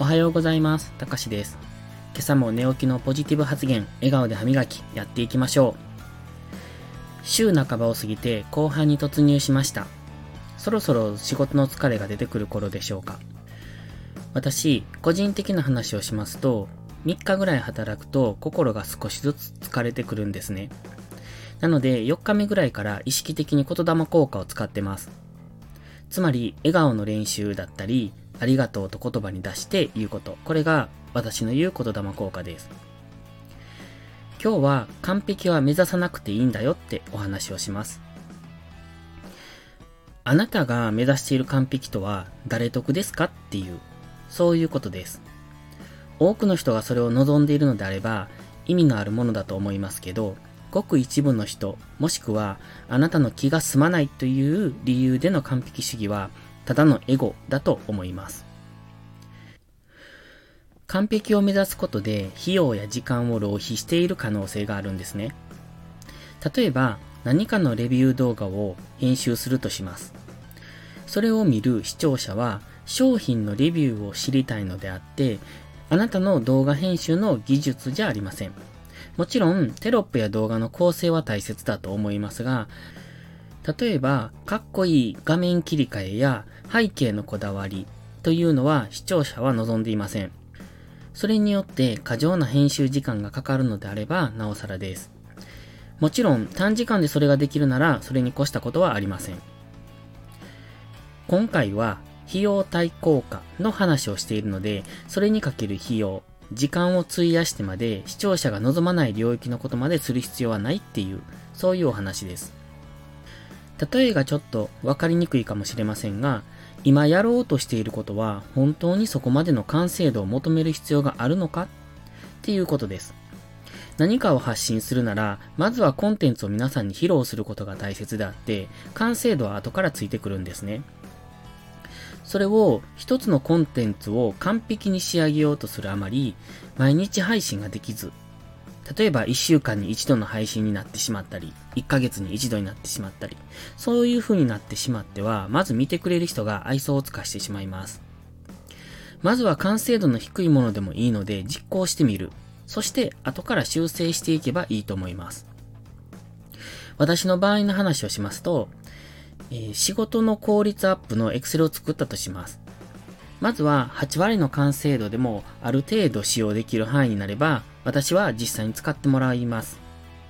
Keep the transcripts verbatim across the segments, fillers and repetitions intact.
はようございます。たかしです。今朝も寝起きのポジティブ発言、笑顔で歯磨き、やっていきましょう。週半ばを過ぎて後半に突入しました。そろそろ仕事の疲れが出てくる頃でしょうか。私、個人的な話をしますと、みっかぐらい働くと心が少しずつ疲れてくるんですね。なのでよっかめぐらいから意識的に言霊効果を使ってます。つまり笑顔の練習だったり、ありがとうと言葉に出して言うこと。これが私の言う言霊効果です。今日は完璧は目指さなくていいんだよってお話をします。あなたが目指している完璧とは誰得ですかっていう、そういうことです。多くの人がそれを望んでいるのであれば意味のあるものだと思いますけど、ごく一部の人、もしくはあなたの気が済まないという理由での完璧主義はただのエゴだと思います。完璧を目指すことで費用や時間を浪費している可能性があるんですね。例えば何かのレビュー動画を編集するとします。それを見る視聴者は商品のレビューを知りたいのであって、あなたの動画編集の技術じゃありません。もちろんテロップや動画の構成は大切だと思いますが、例えばかっこいい画面切り替えや背景のこだわりというのは視聴者は望んでいません。それによって過剰な編集時間がかかるのであればなおさらです。もちろん短時間でそれができるならそれに越したことはありません。今回は費用対効果の話をしているので、それにかける費用、時間を費やしてまで視聴者が望まない領域のことまでする必要はないっていう、そういうお話です。例えがちょっとわかりにくいかもしれませんが、今やろうとしていることは本当にそこまでの完成度を求める必要があるのかっていうことです。何かを発信するなら、まずはコンテンツを皆さんに披露することが大切であって、完成度は後からついてくるんですね。それを一つのコンテンツを完璧に仕上げようとするあまり、毎日配信ができず、例えばいっしゅうかんに一度の配信になってしまったり、いっかげつに一度になってしまったり、そういう風になってしまっては、まず見てくれる人が愛想を尽かしてしまいます。まずは完成度の低いものでもいいので実行してみる。そして後から修正していけばいいと思います。私の場合の話をしますと、えー、仕事の効率アップの Excel を作ったとします。まずははちわりの完成度でもある程度使用できる範囲になれば、私は実際に使ってもらいます。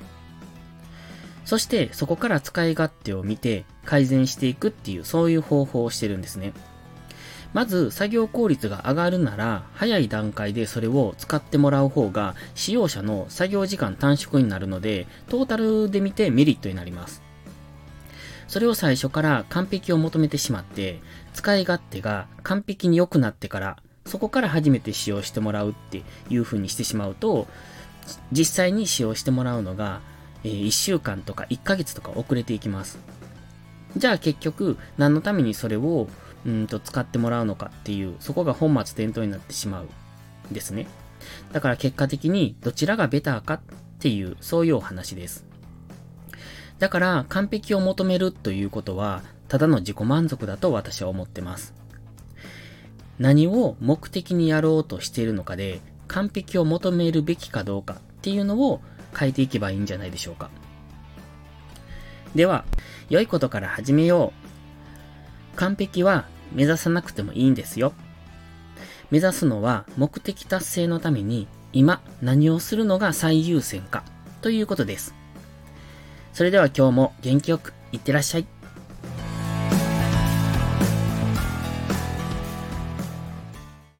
そしてそこから使い勝手を見て改善していくっていう、そういう方法をしてるんですね。まず作業効率が上がるなら、早い段階でそれを使ってもらう方が使用者の作業時間短縮になるので、トータルで見てメリットになります。それを最初から完璧を求めてしまって、使い勝手が完璧に良くなってから、そこから初めて使用してもらうっていう風にしてしまうと、実際に使用してもらうのが、えー、いっしゅうかんとかいっかげつとか遅れていきます。じゃあ結局何のためにそれをうんと使ってもらうのかっていう、そこが本末転倒になってしまうんですね。だから結果的にどちらがベターかっていう、そういうお話です。だから完璧を求めるということはただの自己満足だと私は思ってます。何を目的にやろうとしているのかで完璧を求めるべきかどうかっていうのを変えていけばいいんじゃないでしょうか。では、良いことから始めよう。完璧は目指さなくてもいいんですよ。目指すのは目的達成のために今何をするのが最優先かということです。それでは今日も元気よくいってらっしゃい。